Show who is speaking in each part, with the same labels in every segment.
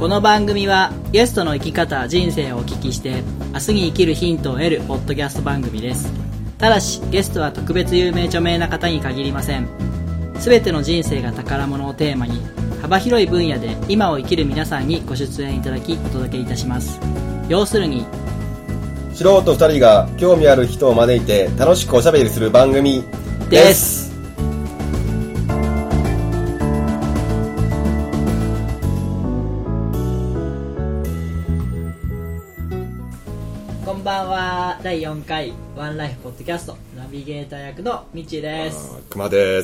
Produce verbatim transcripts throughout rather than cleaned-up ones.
Speaker 1: この番組はゲストの生き方人生をお聞きして明日に生きるヒントを得るポッドキャスト番組です。ただしゲストは特別有名著名な方に限りません。すべての人生が宝物をテーマに幅広い分野で今を生きる皆さんにご出演いただきお届けいたします。要するに
Speaker 2: 素人ふたりが興味ある人を招いて楽しくおしゃべりする番組です。
Speaker 1: こんばんは。だいよんかいワンライフポッドキャストナビゲーター役のみちです。
Speaker 2: くまです。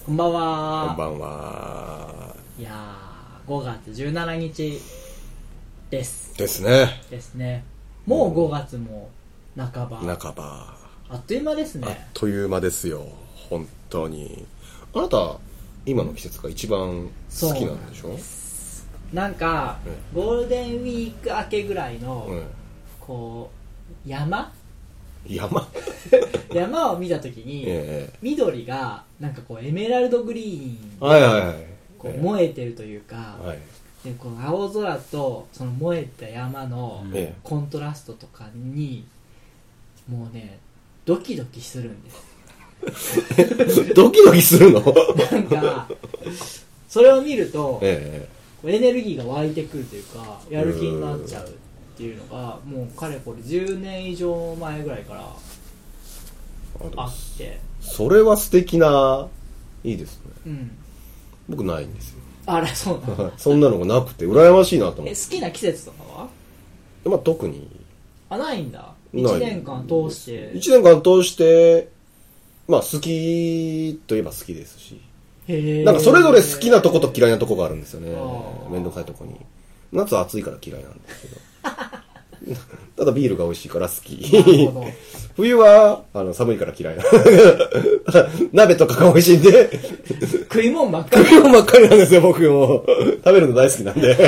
Speaker 1: こんばんは。
Speaker 2: こんばんは。
Speaker 1: いやーごがつじゅうしちにちです
Speaker 2: ですね
Speaker 1: ですね。もうごがつも半ば
Speaker 2: 半ば
Speaker 1: あっという間ですね。
Speaker 2: あっという間ですよ本当に。あなた今の季節が一番好きなんでしょ。
Speaker 1: なんか、うん、ゴールデンウィーク明けぐらいの、うん、こう山
Speaker 2: 山
Speaker 1: 山を見たときに、ええ、緑がなんかこうエメラルドグリーンで、
Speaker 2: はいはいはい、
Speaker 1: こう燃えてるというか、
Speaker 2: はい、
Speaker 1: でこの青空とその燃えた山のコントラストとかにもうねドキドキするんです
Speaker 2: ドキドキするの
Speaker 1: なんかそれを見ると、
Speaker 2: え
Speaker 1: え、エネルギーが湧いてくるというかやる気になっちゃうっていうのがもうかれこれじゅうねん以上前ぐらいからあって。
Speaker 2: それは素敵ないいですね、
Speaker 1: うん、
Speaker 2: 僕ないんですよ。
Speaker 1: あれそうなの
Speaker 2: そんなのがなくて羨ましいなと思って。
Speaker 1: え好きな季節とかは？
Speaker 2: まあ特に
Speaker 1: あないんだ。いちねんかん通して
Speaker 2: いちねんかん通してまあ好きといえば好きですし、
Speaker 1: へ
Speaker 2: なんかそれぞれ好きなとこと嫌いなとこがあるんですよね。めんどくさいとこに。夏は暑いから嫌いなんですけどただビールが美味しいから好き冬はあの寒いから嫌いな鍋とかが美味しいんで
Speaker 1: 食い物ばっかり
Speaker 2: 食い物ばっかりなんですよ。僕も食べるの大好きなんで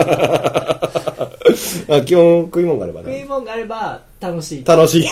Speaker 2: あ基本食い物があればね。
Speaker 1: 食い物があれば楽しい
Speaker 2: 楽しい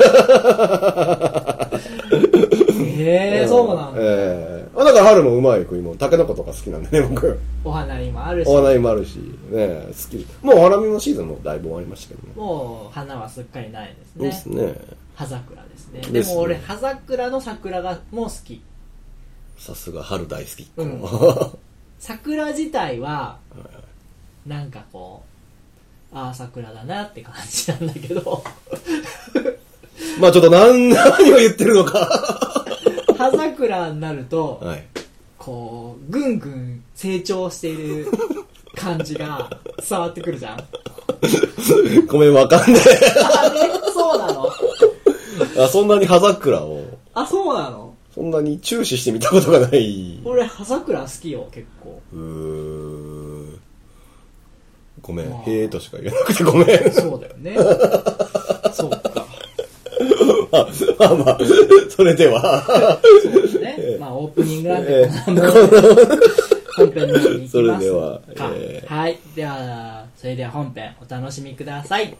Speaker 1: へえー、そうなんだ。
Speaker 2: えー、だから春もうまい食い物、タケノコとか好きなんでね僕。
Speaker 1: お花見もあるし。
Speaker 2: お花見もあるしね、好き。もうお花見のシーズンもだいぶ終わりましたけどね。
Speaker 1: もう花はすっかりないですね。
Speaker 2: ですね。
Speaker 1: 葉桜ですね。でも俺葉桜の桜がもう好き。
Speaker 2: さすが春大好き、
Speaker 1: うん、桜自体はなんかこうああ桜だなって感じなんだけど
Speaker 2: まあちょっと何何を言ってるのか
Speaker 1: 葉桜になると、
Speaker 2: はい、こ
Speaker 1: うぐんぐん成長している感じが伝わってくるじゃん
Speaker 2: ごめんわかんない
Speaker 1: あれそうなの
Speaker 2: あそんなに葉桜を
Speaker 1: あそうなの
Speaker 2: そんなに注視してみたことがない。
Speaker 1: 俺葉桜好きよ結構。
Speaker 2: うーごめん、まあ、へーとしか言えなくてごめん。
Speaker 1: そうだよねそうか
Speaker 2: まあまあまあそれでは
Speaker 1: そうですね、まあオープニングなんでこんなもん本編の方に行きますか。
Speaker 2: それでは、え
Speaker 1: ー、はいではそれでは本編お楽しみください。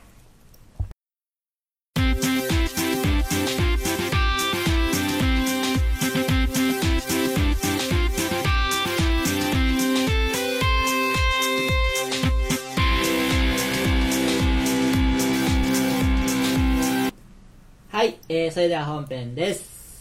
Speaker 1: はい、えー、それでは本編です、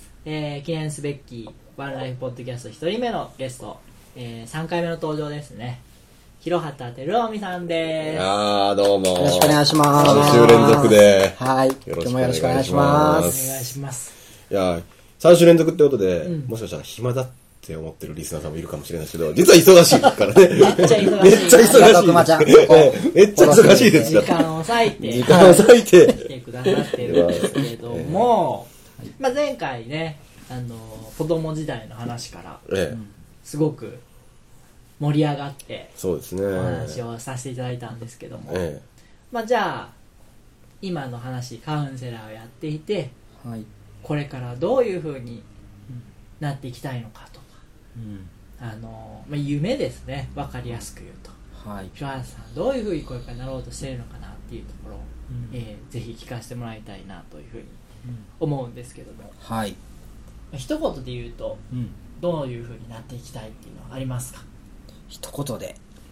Speaker 1: えー、記念すべきワンライフポッドキャストひとりめのゲスト、えー、さんかいめの登場ですね。広畑照臣さんです。
Speaker 2: あーどうも
Speaker 3: よろしくお願いします。
Speaker 2: さん週連続で
Speaker 3: はいよろしくお願いします。
Speaker 1: お願いします。
Speaker 2: いやさん週連続ってことで、うん、もしかしたら暇だって思ってるリスナーさんもいるかもしれないですけど、実は忙しいからね
Speaker 1: めっちゃ忙しい
Speaker 2: めっちゃ忙しい
Speaker 3: くまちゃん
Speaker 2: めっちゃ忙しいです
Speaker 1: 時間を割いて
Speaker 2: 時間を割いて
Speaker 1: 来てくださってるんですけども、えーまあ、前回ねあの子供時代の話から、えー、すごく盛り上がって
Speaker 2: そうですね
Speaker 1: お話をさせていただいたんですけども、
Speaker 2: えー
Speaker 1: まあ、じゃあ今の話カウンセラーをやっていて、はい、これからどういう風になっていきたいのかとか、うん、あのまあ、夢ですね分かりやすく言うと、はい、広畑さんどういう風にこれからなろうとしているのかなっていうところを、うんえー、ぜひ聞かせてもらいたいなという風に思うんですけども、うんはい、一言で言うと、うん、どういう風になっていきたいっていうのはありますか？
Speaker 3: 一言で、う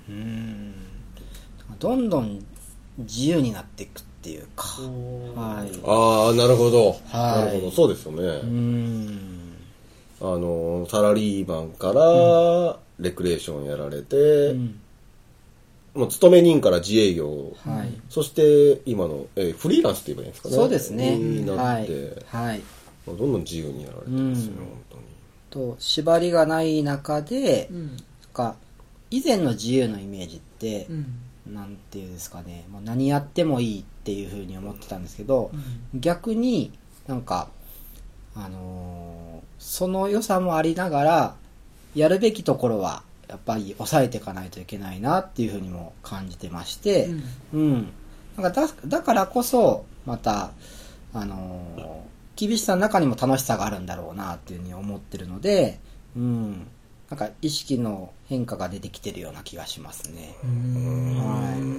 Speaker 3: うん、どんどん自由になっていくっていうか、
Speaker 2: はい、ああなるほど、はい、なるほど、そうですよね。うん、あのサラリーマンからレクレーションやられて、うん、もう勤め人から自営業、はい、そして今の、えー、フリーランスって言えばいいんですかね。
Speaker 3: そうですね。
Speaker 2: になって、
Speaker 3: はいはい、
Speaker 2: どんどん自由にやられてますよ、うん、本当に。
Speaker 3: と縛りがない中で、うん、か以前の自由のイメージって、うん、なんていうんですかね、もう何やってもいいっていう風に思ってたんですけど、うん、逆になんかあのー、その良さもありながらやるべきところはやっぱり抑えていかないといけないなっていう風にも感じてまして、うん、うん、なんか だ, だからこそまたあのー厳しさの中にも楽しさがあるんだろうなっていうふうに思ってるので、うん、なんか意識の変化が出てきてるような気がしますね。うーん、はい、うん、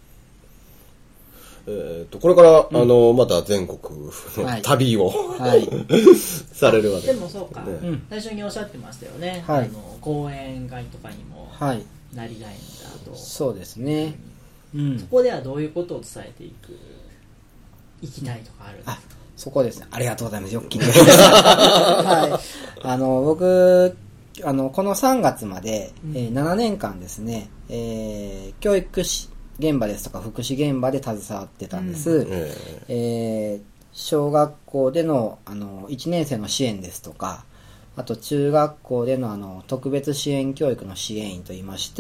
Speaker 2: えー、とこれから、うん、あのまた全国の旅を、はい、されるわけ
Speaker 1: でもそうか、ね、うん、最初におっしゃってましたよね、はい、あの講演会とかにもなりたいんだと、はい、
Speaker 3: そうですね、
Speaker 1: うん、そこではどういうことを伝えていく行きたいとかあるんですか？あ、
Speaker 3: そこですね。ありがとうございます。よく聞いてください。はい。あの、僕、あの、このさんがつまで、うん、えー、ななねんかんですね、えー、教育現場ですとか福祉現場で携わってたんです。うん、えー、小学校での、あの、いちねん生の支援ですとか、あと中学校でのあの特別支援教育の支援員といいまして、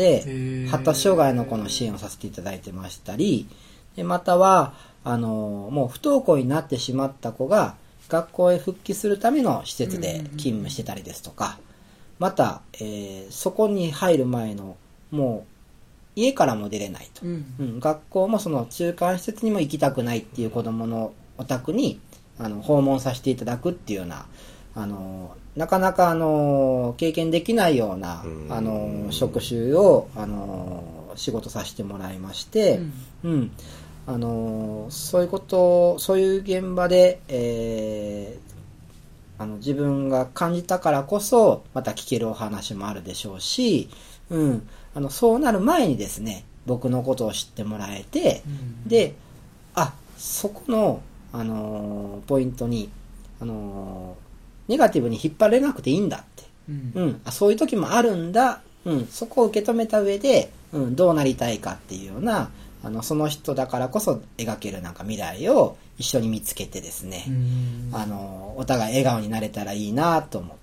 Speaker 3: 発達障害の子の支援をさせていただいてましたり、でまたは、あのもう不登校になってしまった子が学校へ復帰するための施設で勤務してたりですとか、また、えー、そこに入る前のもう家からも出れないと、うんうん、学校もその中間施設にも行きたくないっていう子どものお宅にあの訪問させていただくっていうような、あのなかなかあの経験できないようなあの職種をあの仕事させてもらいまして、うん、うんあのそういうことそういう現場で、えー、あの自分が感じたからこそまた聞けるお話もあるでしょうし、うん、あのそうなる前にですね僕のことを知ってもらえて、うん、であそこの、あのポイントに、あのネガティブに引っ張られなくていいんだって、うんうん、あそういう時もあるんだ、うん、そこを受け止めた上で、うん、どうなりたいかっていうようなあのその人だからこそ描けるなんか未来を一緒に見つけてですね、あのお互い笑顔になれたらいいなと思って、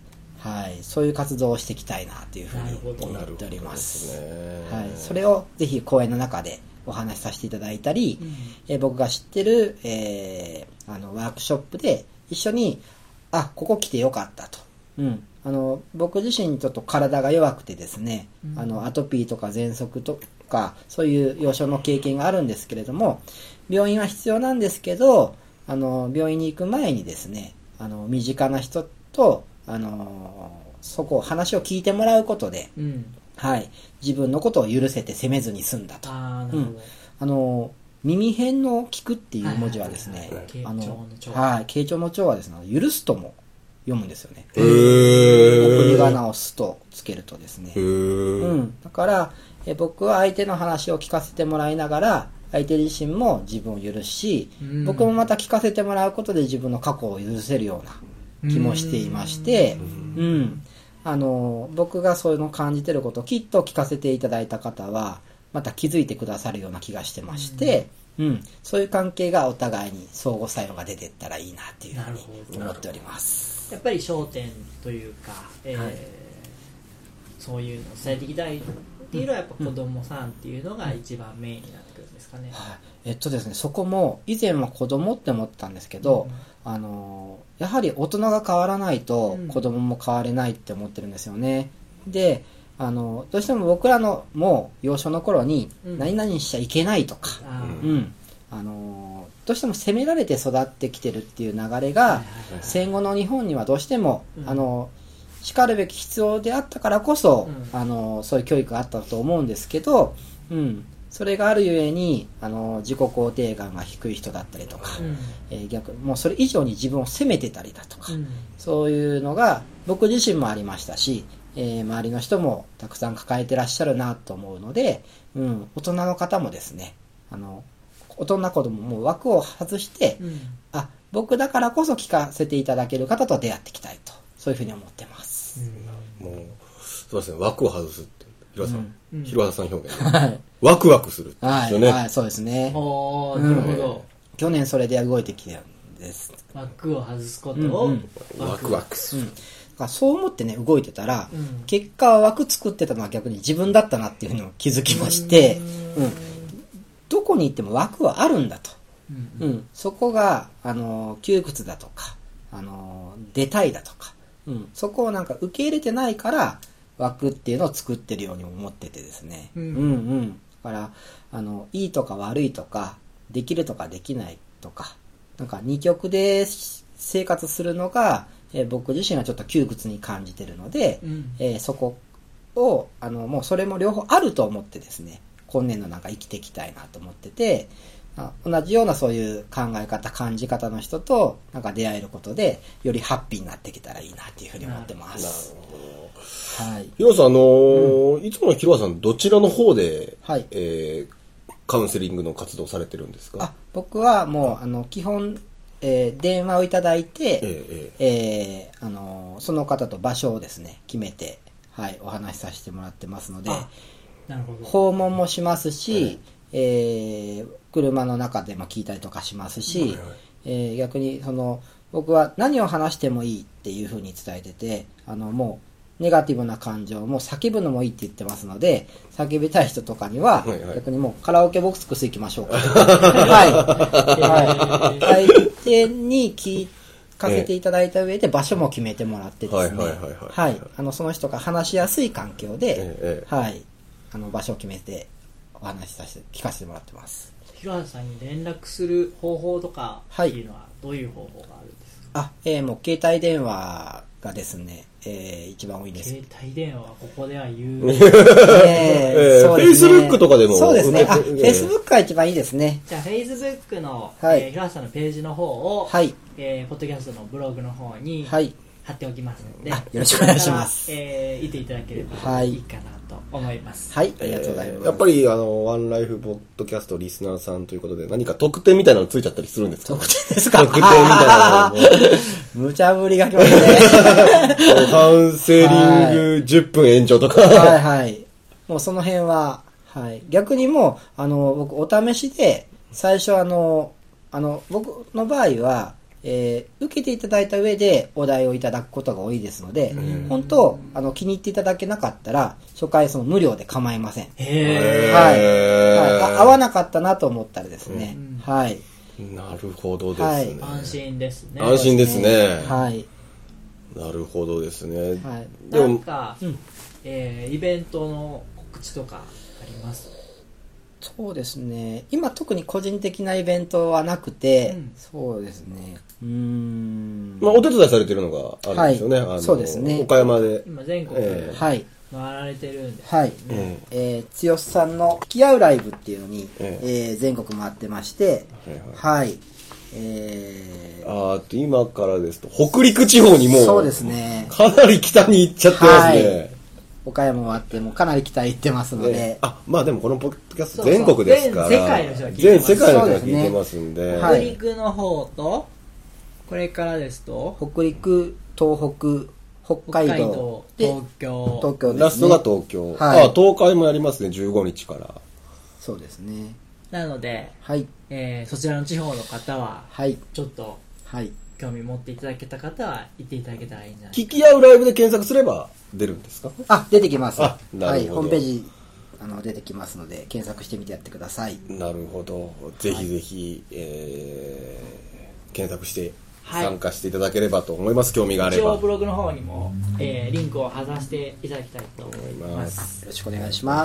Speaker 3: はい、そういう活動をしていきたいなというふうに思っております。はい、それをぜひ講演の中でお話しさせていただいたり、うん、え僕が知ってる、えー、あのワークショップで一緒にあここ来てよかったと、うん、あの僕自身ちょっと体が弱くてですね、うん、あのアトピーとか喘息とかそういう幼少の経験があるんですけれども、病院は必要なんですけど、あの病院に行く前にですね、あの身近な人とあのそこを話を聞いてもらうことで、うん、はい、自分のことを許せて責めずに済んだと。あ、なるほど。うん、あの耳辺の聞くっていう文字はですね、あのはい、傾聴の聴はですね、許すとも読むんですよね。へー。送り仮名をすとつけるとですね。へー。うん。だからえ僕は相手の話を聞かせてもらいながら相手自身も自分を許し、僕もまた聞かせてもらうことで自分の過去を許せるような気もしていまして、うん、あの僕がそういうのを感じていることをきっと聞かせていただいた方はまた気づいてくださるような気がしてまして、うんうん、そういう関係がお互いに相互作用が出ていったらいいなっていうふうに思っております。
Speaker 1: やっぱり焦点というか、えーはい、そういうのを伝えていきたいっていうのはやっぱ子供さんっていうのが一番メインになってくるんですかね。
Speaker 3: はい、えっとですね、そこも以前は子供って思ってたんですけど、うん、あのやはり大人が変わらないと子供も変われないって思ってるんですよね。うん、であのどうしても僕らのもう幼少の頃に何々しちゃいけないとか、うんうん、あのどうしても責められて育ってきてるっていう流れが戦後の日本にはどうしても、うん、あの叱るべき必要であったからこそ、うん、あのそういう教育があったと思うんですけど、うん、それがあるゆえにあの自己肯定感が低い人だったりとか、うんえー、逆もうそれ以上に自分を責めてたりだとか、うん、そういうのが僕自身もありましたし、 えー、周りの人もたくさん抱えてらっしゃるなと思うので、うん、大人の方もですね、あの、大人子供も枠を外して、うん、あ、僕だからこそ聞かせていただける方と出会っていきたいと、そういうふうに思ってます。
Speaker 2: うん、もう、そうですね、枠を外すって、ひろはさん、うん、ひろはさん表現、
Speaker 3: はい、
Speaker 2: ワクワクするってですよね。
Speaker 3: はい、はい、そうですね。
Speaker 1: おー、なるほど、うん。
Speaker 3: 去年それで動いてきてるんです。
Speaker 1: 枠を外すことを、うん
Speaker 2: うん、ワクワクする。うん
Speaker 3: そう思ってね、動いてたら、うん、結果は枠作ってたのは逆に自分だったなっていうのを気づきまして、うん、うん、どこに行っても枠はあるんだと。うんうん、そこが、あの、窮屈だとか、あの、出たいだとか、うん、そこをなんか受け入れてないから、枠っていうのを作ってるように思っててですね。うん、うんうん。だから、あの、いいとか悪いとか、できるとかできないとか、なんか二極で生活するのが、えー、僕自身はちょっと窮屈に感じてるので、うん、えー、そこをあのもうそれも両方あると思ってですね、今年のなんか生きていきたいなと思ってて、あ同じようなそういう考え方感じ方の人となんか出会えることでよりハッピーになってきたらいいなっていうふうに思ってます。なるほど。はい。
Speaker 2: ひろさん、あのーうん、いつものひろさんどちらの方で、はい、えー、カウンセリングの活動されてるんですか？
Speaker 3: あ、僕はもうあの基本えー、電話をいただいて、えーえーあのー、その方と場所をですね決めて、はい、お話しさせてもらってますので、
Speaker 1: なるほど、
Speaker 3: 訪問もしますし、えーえー、車の中でも聞いたりとかしますし、はいはい、えー、逆にその僕は何を話してもいいっていうふうに伝えてて、あのもうネガティブな感情も叫ぶのもいいって言ってますので、叫びたい人とかには、はいはい、逆にもうカラオケボックス行きましょうか。はい。はい。相手に聞かせていただいた上で場所も決めてもらってですね。はい。あの、その人が話しやすい環境で、ええ、はい。あの、場所を決めてお話しさせて、聞かせてもらってます。
Speaker 1: ひろはさんに連絡する方法とかっていうのはどういう方法があるんですか？
Speaker 3: はい、あ、えー、もう携帯電話がですね、えー、一番多いです。
Speaker 1: 携帯電話はここでは言
Speaker 2: う。えー、そうですね。Facebook とかでも。
Speaker 3: そうですね。あ、Facebook が一番いいですね。
Speaker 1: じゃあ Facebook の、はい、えー、ひろはさんのページの方を、はい、えー、ポッドキャストのブログの方に貼っておきますので、
Speaker 3: はい、よろしくお願いします。
Speaker 1: えー、見ていただければいいかなと思います。
Speaker 3: はい、ありがとうございます。
Speaker 2: えー、やっぱりあのワンライフポッドキャストリスナーさんということで何か特典みたいなのついちゃったりするんですか？
Speaker 3: 特典ですか？
Speaker 2: 特典みたいなのも。
Speaker 3: 無茶ぶりがきますね。
Speaker 2: カウンセリングじゅっぷん延長とか。
Speaker 3: はいはい。もうその辺は、はい。逆にもう、あの、僕お試しで、最初あの、あの、僕の場合は、えー、受けていただいた上でお題をいただくことが多いですので、本当あの気に入っていただけなかったら初回その無料で構いません。
Speaker 2: へー、
Speaker 3: はいはい、合わなかったなと思ったらですね、うん、はい。
Speaker 2: なるほどですね、はい、
Speaker 1: 安心ですね。
Speaker 2: 安心ですね。
Speaker 3: はい。
Speaker 2: なるほどですね。
Speaker 1: はい、なんか、うん、えー、イベントの告知とかあります？
Speaker 3: そうですね。今特に個人的なイベントはなくて、うん、そうですね。うーん。
Speaker 2: まあお手伝いされてるのがあるんですよね。はい、あの
Speaker 3: そうですね。
Speaker 2: 岡山で
Speaker 1: 今全国で回られてるんです、
Speaker 3: ね。はい。うん、えー、剛さんの付き合うライブっていうのに、えーえー、全国回ってまして、はい、はい。え
Speaker 2: ー、あー今からですと北陸地方にも
Speaker 3: そうですね。
Speaker 2: かなり北に行っちゃってますね。はい、
Speaker 3: 岡山もあってもかなり北行ってますので、ね、
Speaker 2: あまあでもこのポッドキャスト全国ですから、
Speaker 1: 全世界の人が聞いてます。
Speaker 2: 全世界の人が聞いてますんで、
Speaker 1: で、ね、北陸の方とこれからですと
Speaker 3: 北陸、東北、北海道、
Speaker 1: 東京、
Speaker 3: 東京ですね。
Speaker 2: ラストが東京、はい、あ東海もやりますね。じゅうごにちから。
Speaker 3: そうですね。
Speaker 1: なので、
Speaker 3: はい、
Speaker 1: えー、そちらの地方の方は、
Speaker 3: はい、
Speaker 1: ちょっと、
Speaker 3: はい、
Speaker 1: 興味持っていただけた方は行っていただけたらいいんじゃない
Speaker 2: ですか。聞き合うライブで検索すれば出るんですか？
Speaker 3: あ、出てきます。
Speaker 2: あ、なるほど。
Speaker 3: はい、ホームページあの出てきますので検索してみてやってください。
Speaker 2: なるほど。ぜひぜひ、はい、えー、検索して参加していただければと思います。興味があれば。
Speaker 1: 一応ブログの方にも、えー、リンクを貼らせていただきたいと思います。
Speaker 3: よろしくお願いします。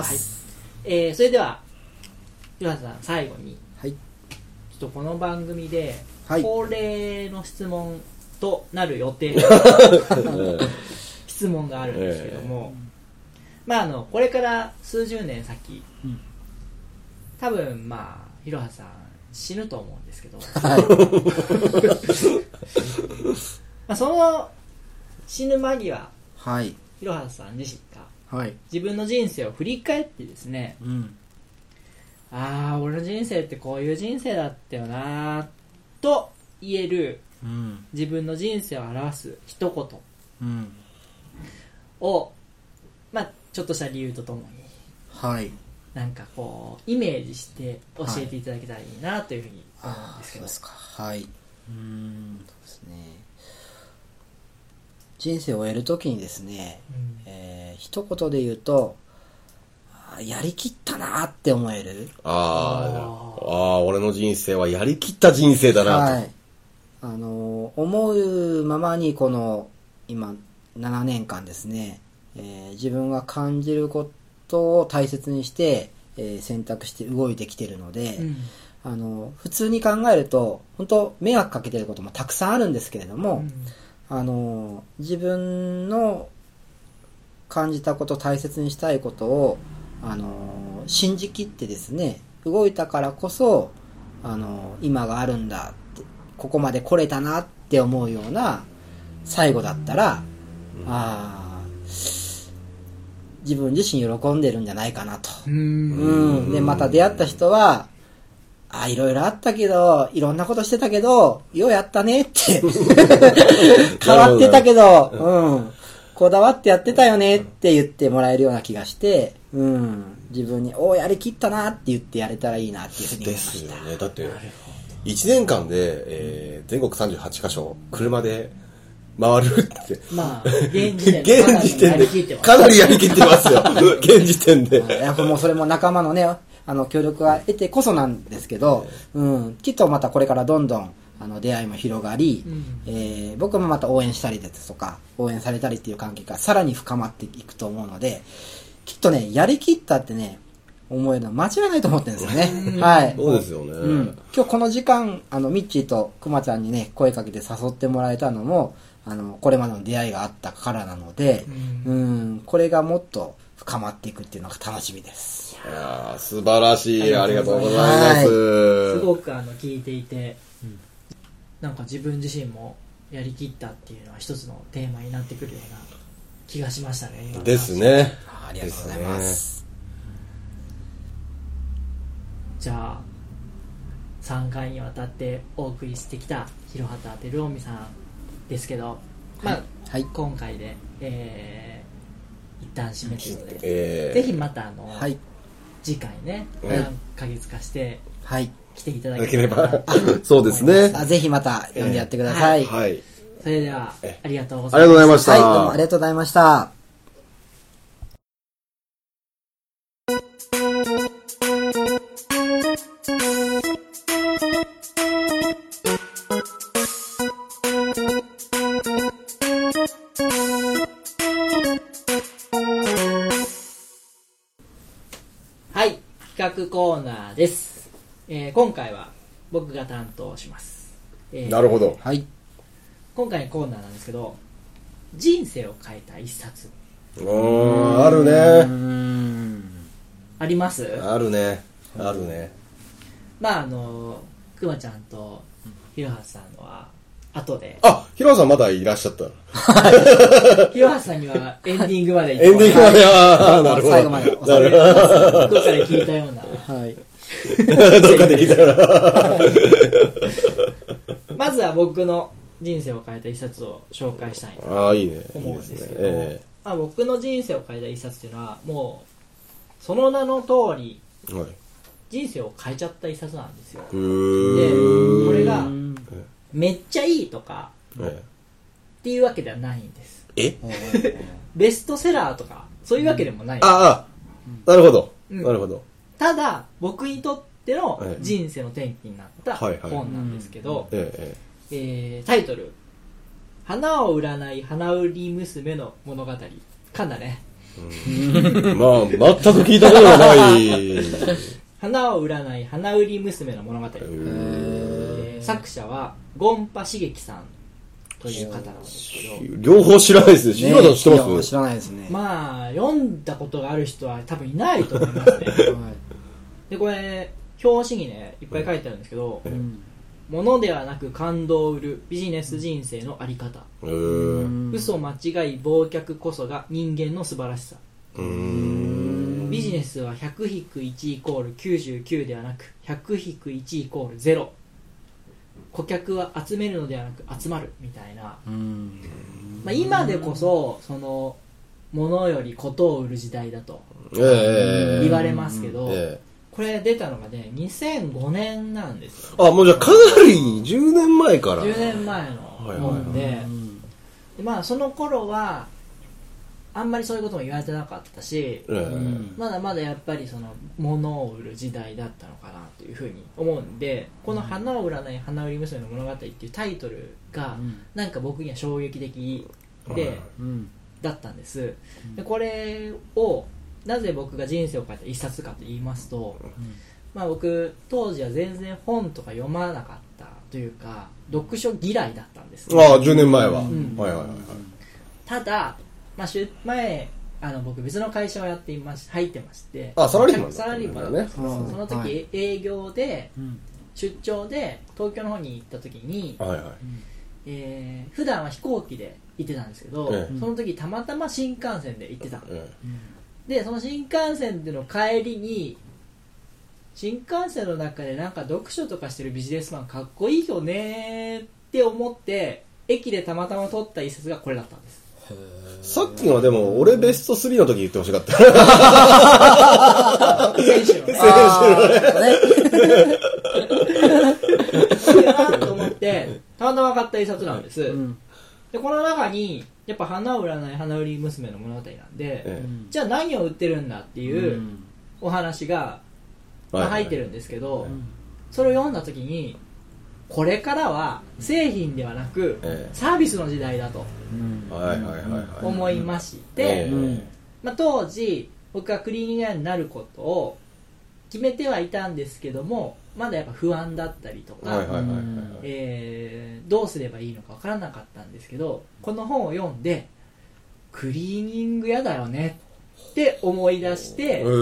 Speaker 1: はい、えー、それでは岩田さん最後に、
Speaker 3: はい、ち
Speaker 1: ょっとこの番組で、
Speaker 3: はい、
Speaker 1: 恒例の質問となる予定の質問があるんですけども、えー、まああのこれから数十年先、うん、多分まあひろはさん死ぬと思うんですけど、はい、まあその死ぬ間際ひろはさん自身が、
Speaker 3: はい、
Speaker 1: 自分の人生を振り返ってですね、
Speaker 3: うん、
Speaker 1: ああ俺の人生ってこういう人生だったよなと言える、うん、自分の人生を表す一言を、まあちょっとした理由とともに、
Speaker 3: はい、
Speaker 1: なんかこうイメージして教えていただけたらいいなというふうに思うんですけど。
Speaker 3: そうですか。はい。うーん、そうですね。人生を終えるときにですね、うん、えー、一言で言うと、やりきったなって思える。
Speaker 2: ああ、ああ、俺の人生はやりきった人生だなと。はい。
Speaker 3: あの、思うままにこの、今、ななねんかんですね、えー、自分が感じることを大切にして、えー、選択して動いてきてるので、うん、あの、普通に考えると、本当迷惑かけてることもたくさんあるんですけれども、うんあの自分の感じたこと大切にしたいことをあの信じきってですね動いたからこそあの今があるんだってここまで来れたなって思うような最後だったら、うん、あ自分自身喜んでるんじゃないかなと。うんうんでまた出会った人はあ、いろいろあったけど、いろんなことしてたけど、ようやったねって。変わってたけど、うん。こだわってやってたよねって言ってもらえるような気がして、うん。自分に、おー、やりきったなって言ってやれたらいいなっていうふうに思いました。ですよね。
Speaker 2: だって、いちねんかんで、えー、全国さんじゅうはちかしょ、車で回るって。
Speaker 1: まあ、現時点で。現時点
Speaker 2: で。かなりやりきってますよ。現時点で。
Speaker 3: やっぱもうそれも仲間のね、あの協力が得てこそなんですけど、うん、きっとまたこれからどんどんあの出会いも広がり、うんえー、僕もまた応援したりですとか応援されたりっていう関係がさらに深まっていくと思うので、きっとねやりきったってね思えるのは間違いないと思ってるんですよね。はい。
Speaker 2: そうですよね、うん。
Speaker 3: 今日この時間あのミッチーとくまちゃんにね声かけて誘ってもらえたのもあのこれまでの出会いがあったからなので、うん、うんこれがもっと深まっていくっていうのが楽しみです。
Speaker 2: いや素晴らしい。ありがとうございます。
Speaker 1: すごくあの聞いていて、うん、なんか自分自身もやりきったっていうのは一つのテーマになってくるような気がしましたね。
Speaker 2: ですね。
Speaker 3: ありがとうございます。ね、
Speaker 1: じゃあさんかいにわたってお送りしてきた広畑照臣さんですけど、まあ、はい、今回で、えー、一旦締めということで、えー、ぜひまたあの、はい、次回ね、何ヶ月かして来ていただければ、
Speaker 2: そうですね。
Speaker 3: あぜひまた呼んでやってください。
Speaker 1: えー、はい。はい、それではありがとうございました。
Speaker 2: ありがとうございました。
Speaker 3: はい、どうもありがとうございました。
Speaker 1: 企画コーナーです、えー、今回は僕が担当します、
Speaker 2: えー、なるほど、
Speaker 3: はい、
Speaker 1: 今回のコーナーなんですけど人生を変えた一冊。
Speaker 2: おーあるね。うん
Speaker 1: あります。
Speaker 2: あるねあるね。
Speaker 1: まああのくまちゃんとひろはさんのは後で。
Speaker 2: あ、ひろはさんまだいらっしゃった。
Speaker 1: ひろはさんにはエンディングまで
Speaker 2: エンディングまで、ああ、なるほど。
Speaker 3: 最後まで。
Speaker 1: どっかで聞いたような。
Speaker 3: はい。
Speaker 2: どっかで聞いたよ
Speaker 1: うな。まずは僕の人生を変えた一冊を紹介したいなと思うんですけど、えーまあ、僕の人生を変えた一冊っていうのはもうその名の通り、はい、人生を変えちゃった一冊なんですよ。で、これがめっちゃいいとか、ええ、っていうわけではないんです。
Speaker 2: え
Speaker 1: ベストセラーとかそういうわけでもない。
Speaker 2: ああ、なるほど、うん、なるほど。
Speaker 1: ただ僕にとっての人生の転機になった本なんですけど、タイトル花を売らない花売り娘の物語。噛んだね。
Speaker 2: うんまあ全く聞いたことがない
Speaker 1: 花を売らない花売り娘の物語。作者はゴンパ茂樹さんという方なんですけど、
Speaker 2: 両方知らないですね。知らないですね。
Speaker 3: 知らないですね。
Speaker 1: まあ読んだことがある人は多分いないと思いますね。はい、でこれ表紙にねいっぱい書いてあるんですけど、うん、 物ではなく感動を売るビジネス人生のあり方、
Speaker 2: うーん
Speaker 1: 嘘間違い忘却こそが人間の素晴らしさ。
Speaker 2: うーん
Speaker 1: ビジネスは ひゃくひくいち イコールきゅうじゅうきゅうではなく ひゃくひくいち イコールゼロ。顧客は集めるのではなく集まるみたいな、
Speaker 3: うん
Speaker 1: まあ、今でこそその物よりことを売る時代だと
Speaker 2: ええ
Speaker 1: 言われますけど、
Speaker 2: ええ
Speaker 1: これ出たのがねにせんごねんなんですよ、
Speaker 2: あ、もうじゃあかなりじゅうねんまえから
Speaker 1: じゅうねんまえのもんで、
Speaker 2: はいはい
Speaker 3: うん
Speaker 1: でまあその頃はあんまりそういうことも言われてなかったし、
Speaker 2: ええ
Speaker 3: うん
Speaker 1: まだまだやっぱりその物を売る時代だったのかなというふうに思うんで、この花を売らない花売り娘の物語っていうタイトルがなんか僕には衝撃的で
Speaker 3: うん
Speaker 1: だったんです。でこれをなぜ僕が人生を変えた一冊かと言いますと、まあ僕当時は全然本とか読まなかったというか読書嫌いだったんです。
Speaker 2: ああじゅうねんまえは、
Speaker 1: ん
Speaker 2: はいはいはいはい
Speaker 1: ただ、まあ、しゅ前あの僕別の会社をやっていまし入ってまして、
Speaker 2: あサラリーマン
Speaker 1: サラリーマン
Speaker 2: だね
Speaker 1: そうそうその時、
Speaker 3: はい
Speaker 1: 営業で
Speaker 3: うん
Speaker 1: 出張で東京の方に行った時に、
Speaker 2: はいはい
Speaker 1: えー普段は飛行機で行ってたんですけど、
Speaker 2: え
Speaker 1: その時たまたま新幹線で行ってた、
Speaker 2: え
Speaker 1: でその新幹線での帰りに新幹線の中でなんか読書とかしてるビジネスマンかっこいいよねって思って駅でたまたま撮った一冊がこれだったんです。
Speaker 2: さっきのはでも俺ベストスリーの時言ってほしかった
Speaker 1: 選手のねいいなと思ってたまたま買った一冊なんです、
Speaker 3: うん
Speaker 1: でこの中にやっぱ花を売らない花売り娘の物語なんで、
Speaker 2: え
Speaker 1: じゃあ何を売ってるんだっていうお話が、まあ、入ってるんですけど、それを読んだ時にこれからは製品ではなく
Speaker 2: ええ
Speaker 1: サービスの時代だと
Speaker 2: えはいはいはいはい
Speaker 1: 思いまして、
Speaker 2: ええ
Speaker 3: うん
Speaker 1: まあ、当時僕はクリーニング屋になることを決めてはいたんですけどもまだやっぱ不安だったりとか、
Speaker 2: はいはいはいはい
Speaker 1: えーどうすればいいのか分からなかったんですけどこの本を読んでクリーニング屋だよねって思い出して
Speaker 2: う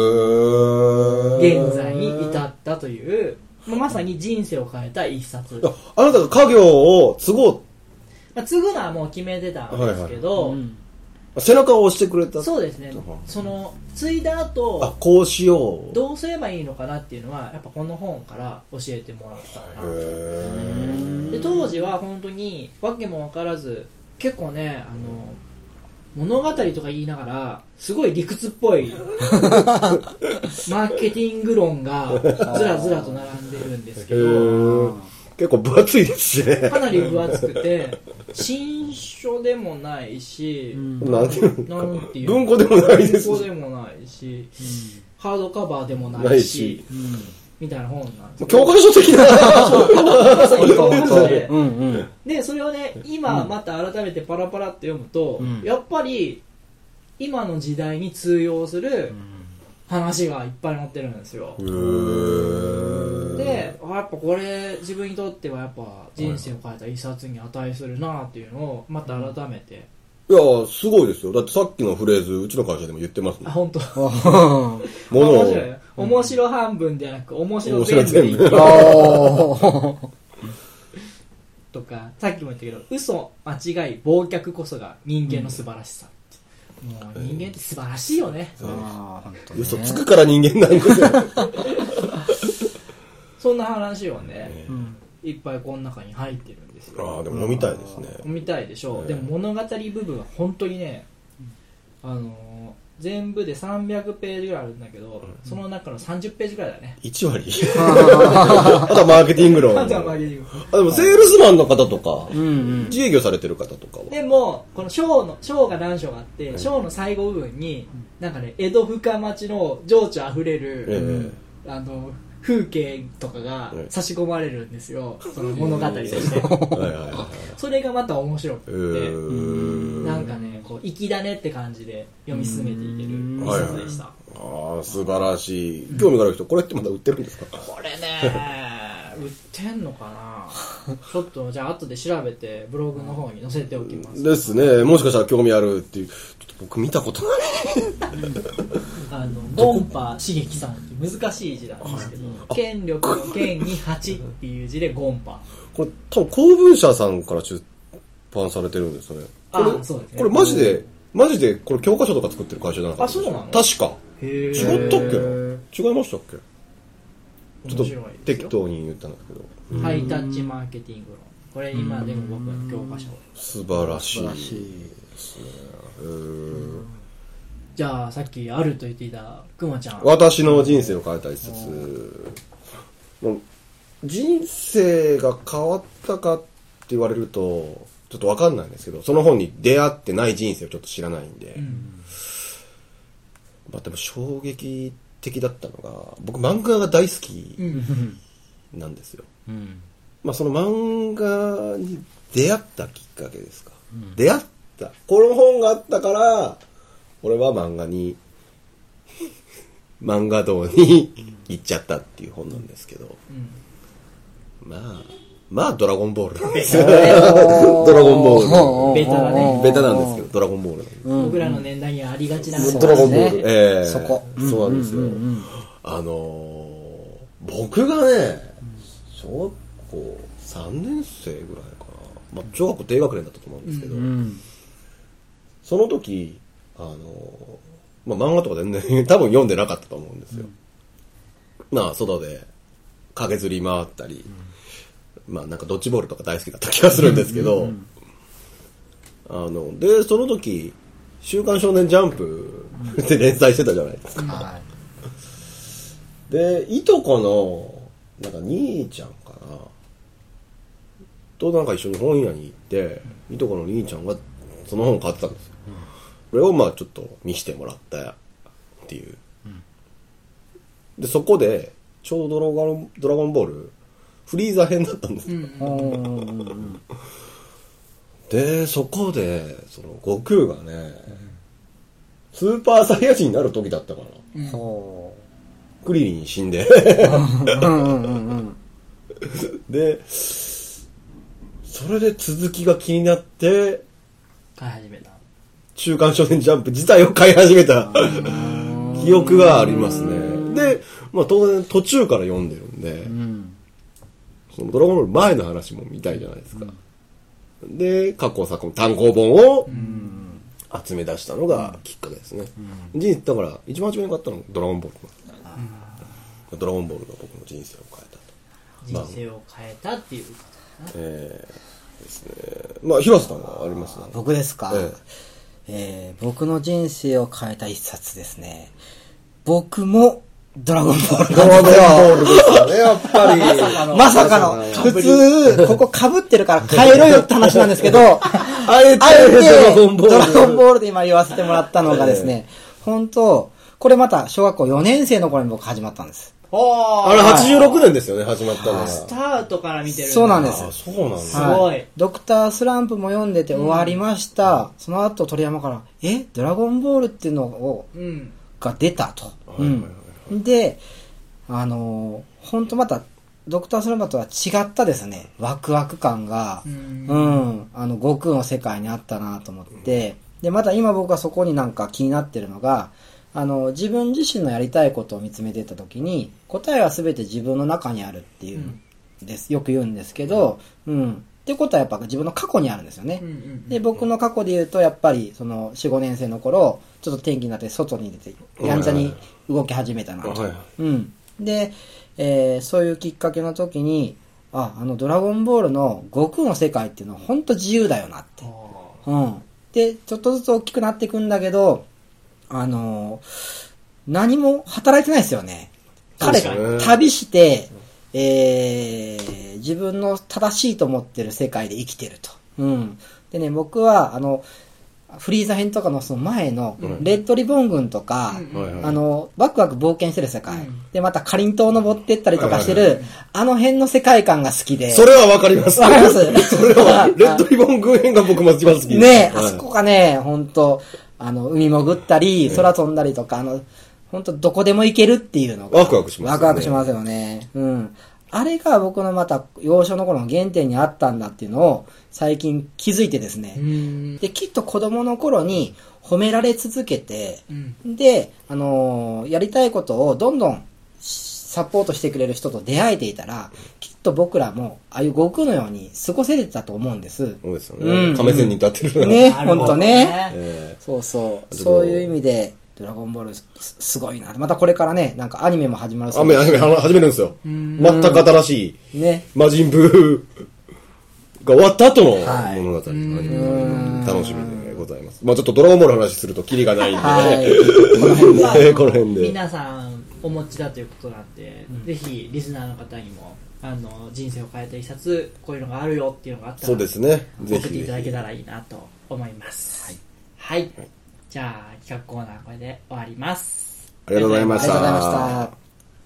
Speaker 2: ーん
Speaker 1: 現在に至ったというまあまさに人生を変えた一冊、
Speaker 2: ああなたが家業を継ごう
Speaker 1: まあ、継ぐのはもう決めてたんですけど、
Speaker 3: うんうん
Speaker 2: 背中を押してくれた
Speaker 1: そうですねその継いだ後
Speaker 2: あこうしよう
Speaker 1: どうすればいいのかなっていうのはやっぱこの本から教えてもらったかな
Speaker 2: へー
Speaker 1: で当時は本当に訳も分からず結構ねあの物語とか言いながらすごい理屈っぽいマーケティング論がずらずらと並んでるんですけ
Speaker 2: へ
Speaker 1: ど
Speaker 2: ー結構分厚いですしね
Speaker 1: かなり分厚くて新書でもないし、
Speaker 2: なんていうの
Speaker 1: なんていうの
Speaker 2: 文庫でもないです
Speaker 1: 文庫でもないし、ハードカバーでもな
Speaker 2: ないい
Speaker 1: し
Speaker 2: し
Speaker 1: みたいな本なんです
Speaker 2: 教科書的な
Speaker 1: まさに教科書で
Speaker 3: うんうん
Speaker 1: でそれをね今また改めてパラパラって読むと、
Speaker 3: うん
Speaker 1: やっぱり今の時代に通用する話がいっぱい載ってるんですよ、
Speaker 2: へー
Speaker 1: であやっぱこれ自分にとってはやっぱ人生を変えた一冊に値するなっていうのをまた改めて、
Speaker 2: いやすごいですよだってさっきのフレーズうちの会社でも言ってますもん
Speaker 1: あ本当
Speaker 2: ものを
Speaker 1: 面白いよ面白半分ではなく面白
Speaker 2: 面白
Speaker 1: 全部
Speaker 2: 全部
Speaker 1: とかさっきも言ったけど嘘間違い忘却こそが人間の素晴らしさ、もう人間って素晴らしいよね、
Speaker 3: あー本当ね
Speaker 2: 嘘つくから人間なんですよ
Speaker 1: そんな話をね、
Speaker 3: うん
Speaker 1: いっぱいこの中に入ってるんですよ。
Speaker 2: ああでも読みたいですね
Speaker 1: 読みたいでしょう、
Speaker 2: ええ
Speaker 1: でも物語部分は本当にね、あのー全部でさんびゃくページぐらいあるんだけど、その中のさんじゅっページぐらいだね。
Speaker 2: いち割あとはマーケティング論
Speaker 1: あとはマーケティング
Speaker 2: あでもセールスマンの方とか
Speaker 3: うんうん
Speaker 2: 自営業されてる方とかは
Speaker 1: でもこの章の章が何章があって章の最後部分になんかね江戸深町の情緒あふれる、
Speaker 2: え
Speaker 1: あの風景とかが
Speaker 2: ええ
Speaker 1: 差し込まれるんですよ、その物語として
Speaker 2: えはいはいはい
Speaker 1: それがまた面白くて、
Speaker 2: えー
Speaker 1: なんかねこう粋だねって感じで読み進めていける
Speaker 3: うん
Speaker 1: 一冊でした、
Speaker 2: ああ素晴らしい興味がある人これってまだ売ってるんですか
Speaker 1: これね売ってんのかなちょっとじゃあ後で調べてブログの方に載せておきます。
Speaker 2: ですねもしかしたら興味あるっていうちょっと僕見たことない
Speaker 1: あのゴンパ刺激さんって難しい字なんですけど、権力の権にはちっていう字でゴンパ。
Speaker 2: これ多分公文社さんから出版されてるんですよね。これ、
Speaker 1: あ、そうですね、
Speaker 2: これマジでマジでこれ教科書とか作ってる会社じゃなかった。
Speaker 1: あ、そうなの？
Speaker 2: 確か。
Speaker 1: へ
Speaker 2: 違ったっけな？違いましたっけ？ちょっと適当に言ったんですけど。
Speaker 1: ハイタッチマーケティング論。これ今でも僕の教科書。
Speaker 2: 素晴らしいですね。
Speaker 1: じゃあさっきあると言っていたくまちゃん。
Speaker 2: 私の人生を変えた一冊。人生が変わったかって言われるとちょっと分かんないんですけど、その本に出会ってない人生をちょっと知らないんで、うん、まあでも衝撃的だったのが、僕漫画が大好きなんですよ、うん、まあその漫画に出会ったきっかけですか、うん、出会ったこの本があったから俺は漫画に漫画道に行っちゃったっていう本なんですけど、うん、まあまあドラゴンボールなんですよドラゴンボール
Speaker 1: ベタだね。
Speaker 2: ベタなんですけどドラゴンボールなんです、
Speaker 1: うん、僕らの年代にはありがちな、
Speaker 2: ドラゴンボール、えー、
Speaker 3: そこ
Speaker 2: そうなんですよ、うんうんうん、あのー、僕がね小学校さんねん生ぐらいかな、まあ、小学校低学年だったと思うんですけど、うんうん、その時あのー、まあ漫画とか全然多分読んでなかったと思うんですよ、うん、まあ外で駆けずり回ったり、うん、まあなんかドッジボールとか大好きだった気がするんですけど、うんうんうん、あのでその時週刊少年ジャンプで連載してたじゃないですか、うんはい、でいとこのなんか兄ちゃんかなとなんか一緒に本屋に行っていとこの兄ちゃんがその本を買ってたんですよ、うん、これをまあちょっと見せてもらったっていう、うん、でそこでちょうどドラゴン、ドラゴンボールフリーザ編だったんですよ、うんうん、でそこでその悟空がね、うん、スーパーサイヤ人になる時だったかな、うん、クリリン死んででそれで続きが気になって
Speaker 1: 買い始めた
Speaker 2: 週刊少年ジャンプ自体を買い始めた記憶がありますね。で、まあ当然途中から読んでるんで、うん、そのドラゴンボール前の話も見たいじゃないですか、うん、で過去作の単行本を集め出したのがきっかけですね、うん、人だから一番初めに買ったのがドラゴンボール、うん、ドラゴンボールが僕の人生を変えた
Speaker 1: と人生を変えたっていうことだな、
Speaker 2: えー、ですね。まあ広瀬さんはありますね。
Speaker 3: 僕ですか、えーえー、僕の人生を変えた一冊ですね。僕もドラゴンボール。
Speaker 2: ドラゴンボールですよね、やっぱり。
Speaker 3: まさかの。普通、ここ被ってるから変えろよって話なんですけど、あえてドラゴンボールで今言わせてもらったのがですね、本当これまた小学校よねん生の頃に僕始まったんです。
Speaker 2: あれはちじゅうろくねんですよね、始まったのが。
Speaker 1: スタートから見てる。
Speaker 3: そうなんです。
Speaker 2: そうなんです。
Speaker 1: すごい。
Speaker 3: ドクタースランプも読んでて終わりました。うん、その後鳥山から、えドラゴンボールっていうのを、うん、が出たと。うん、で、あのー、ほんとまた、ドクタースランプとは違ったですね、ワクワク感が、うん、うん、あの、悟空の世界にあったなと思って、で、また今僕はそこになんか気になってるのが、あの、自分自身のやりたいことを見つめていったときに、答えは全て自分の中にあるっていうんです。よく言うんですけど、うん。ってことはやっぱ自分の過去にあるんですよね。うんうんうん、で、僕の過去で言うと、やっぱり、その、よん、ごねん生の頃、ちょっと天気になって外に出て、やんちゃに動き始めたなと。うん。で、えー、そういうきっかけの時に、あ、あの、ドラゴンボールの悟空の世界っていうのは本当自由だよなって。うん。で、ちょっとずつ大きくなっていくんだけど、あのー、何も働いてないですよね。彼が旅して、えー、自分の正しいと思ってる世界で生きてると。うん。でね、僕は、あの、フリーザ編とかのその前の、レッドリボン軍とか、うん、あの、ワクワク冒険してる世界。うん、で、またかりんとう登ってったりとかしてる、はいはいはい、あの辺の世界観が好きで。
Speaker 2: それはわかります。
Speaker 3: わかります
Speaker 2: それは、レッドリボン軍編が僕も一番好きです。
Speaker 3: ね、はい、あそこがね、ほんと、あの、海潜ったり、空飛んだりとか、あの、ほんとどこでも行けるっていうのが。
Speaker 2: ワクワクします
Speaker 3: ね。ワクワクしますよね。うん。 あれが僕のまた幼少の頃の原点にあったんだっていうのを最近気づいてですね。で、きっと子供の頃に褒められ続けて、うん、で、あのー、やりたいことをどんどんサポートしてくれる人と出会えていたら、きっと僕らもああいう悟空のように過ごせてたと思うんです。
Speaker 2: そうですよね。うん、亀仙に立ってるから。
Speaker 3: ね、ほんとね。えー、そうそう。そういう意味で、ドラゴンボール す, すごいな。またこれからね、なんかアニメも始まるそう
Speaker 2: です。アニメ始めるんですよ。全く新しい、ね、魔人ブーが終わった後の物語、はい、楽しみでございます。まあちょっとドラゴンボールの話するとキリがないんで、はい、この辺で、この辺で
Speaker 1: 皆さんお持ちだということなんで、うん、ぜひリスナーの方にもあの人生を変えた一冊こういうのがあるよっていうのがあったら、
Speaker 2: そうですね、
Speaker 1: 送っていただけたらいいなと思います。はい。はいはい、じゃあ企画コーナーこれで終わります。
Speaker 2: ありがとうございました。
Speaker 3: ありがとうございました。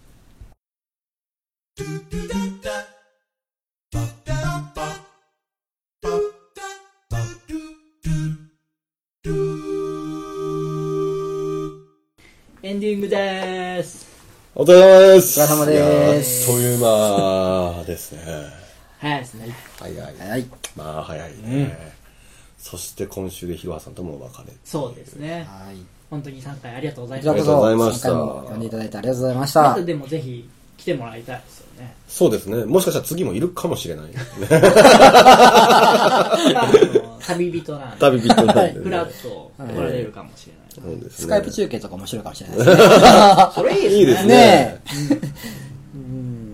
Speaker 1: エンディングでーす。
Speaker 2: お疲れ様です。
Speaker 3: お疲れ様です。
Speaker 2: あっという間ですね。
Speaker 1: 早いですね。
Speaker 2: 早い。
Speaker 3: 早い。
Speaker 2: まあ早いね。うん、そして今週でひろはさんともお別れ。
Speaker 1: そうですね。はい。本当にさんかいありがとうございま
Speaker 2: した。ありがとうございました。
Speaker 3: 呼んでいただいてありがとうございました。
Speaker 1: またでもぜひ来てもらいたいですよね。
Speaker 2: そうですね。もしかしたら次もいるかもしれない、ね。
Speaker 1: 旅人なんで。
Speaker 2: 旅人なんで、ね。
Speaker 1: フラッと来られるかもしれない。
Speaker 2: そうですね、
Speaker 3: スカイプ中継とか面白いかもしれないですね。
Speaker 1: それいいですね。
Speaker 2: いいですね。
Speaker 1: うん、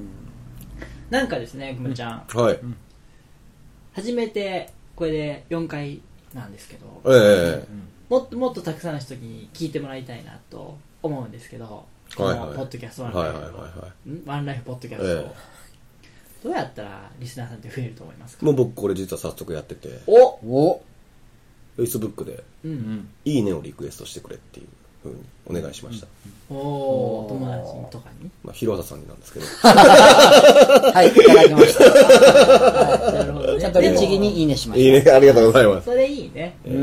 Speaker 1: なんかですね、くまちゃん。
Speaker 2: はい。
Speaker 1: 初めてこれでよんかいなんですけど、
Speaker 2: ええ、
Speaker 1: もっともっとたくさんの人に聞いてもらいたいなと思うんですけど、このポッドキャストワンライフ、ワンライフポッドキャストを、ええ、どうやったらリスナーさんって増えると思いますか？
Speaker 2: もう僕これ実は早速やってて、
Speaker 1: おお
Speaker 2: Facebook で、うんうん、いいねをリクエストしてくれっていうふうにお願いしました。
Speaker 1: うん、おお、友達とかに、
Speaker 2: まあ、ひろはさんになんですけど
Speaker 3: はい、いただきました。
Speaker 1: はい、なるほどね。
Speaker 3: ちゃんと律儀にいいねしました。
Speaker 2: いいね、ありがとうございます。
Speaker 1: それいいね。
Speaker 3: うん、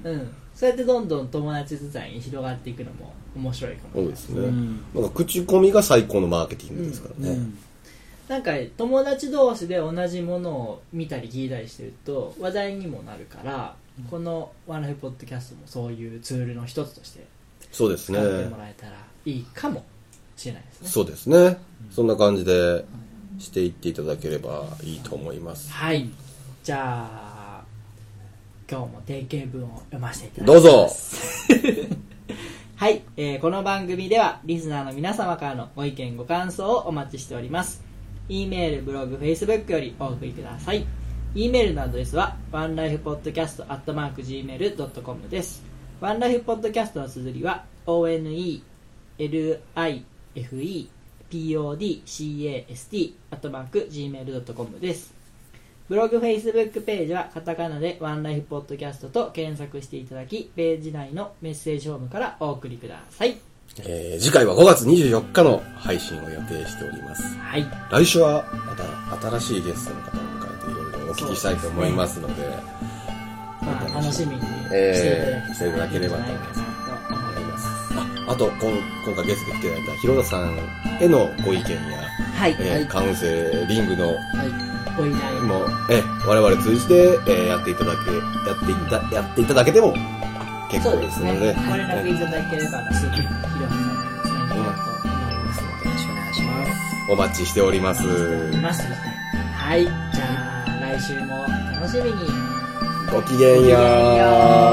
Speaker 1: うん、そうやってどんどん友達伝いに広がっていくのも面白いかもしれない。
Speaker 2: そうですね、うん、なんか口コミが最高のマーケティングですからね、うんうん、
Speaker 1: なんか友達同士で同じものを見たり聞いたりしてると話題にもなるから、うん、このワンライフポッドキャストもそういうツールの一つとして
Speaker 2: そうですね、
Speaker 1: 使ってもらえたらいいかもしれないですね。
Speaker 2: そうですね、うん、そんな感じでしていっていただければいいと思います。
Speaker 1: はい、じゃあ今日も定型文を読ませていただきます。
Speaker 2: どうぞ
Speaker 1: はい、えー、この番組ではリスナーの皆様からのご意見ご感想をお待ちしております。 E メール、ブログ、Facebook よりお送りください。 E メールのアドレスは ワンライフポッドキャストアットマークジーメールドットコム です。ワンライフポッドキャストの綴りは オーエヌイーエルアイエフイーピーオーディーシーエーエスティー アットマークジーメールドットコム です。ブログ、Facebook ページはカタカナでワンライフポッドキャストと検索していただき、ページ内のメッセージフォームからお送りください。
Speaker 2: えー、次回はごがつにじゅうよっかの配信を予定しております。
Speaker 1: はい。
Speaker 2: 来週はまた新しいゲストの方を迎えていろいろお聞きしたいと思いますので、でね、
Speaker 1: まあ、楽しみにしていただき、
Speaker 2: えー、していただければと思います。あ, あと今今回ゲストで来ていただいた広田さんへのご意見や、
Speaker 1: はい、
Speaker 2: えー、カウンセリングの、はい、
Speaker 1: ご依頼
Speaker 2: もえ我々通じて、えー、やっていただけやっていたやっていただけても結構ですので、
Speaker 1: ご連絡いただければすぐ広田さんにお伝えしたいと思いますのでよろしくお願いします。
Speaker 2: お待ちしております。
Speaker 1: はい、じゃあ来週も楽しみに。
Speaker 2: ごきげんよう。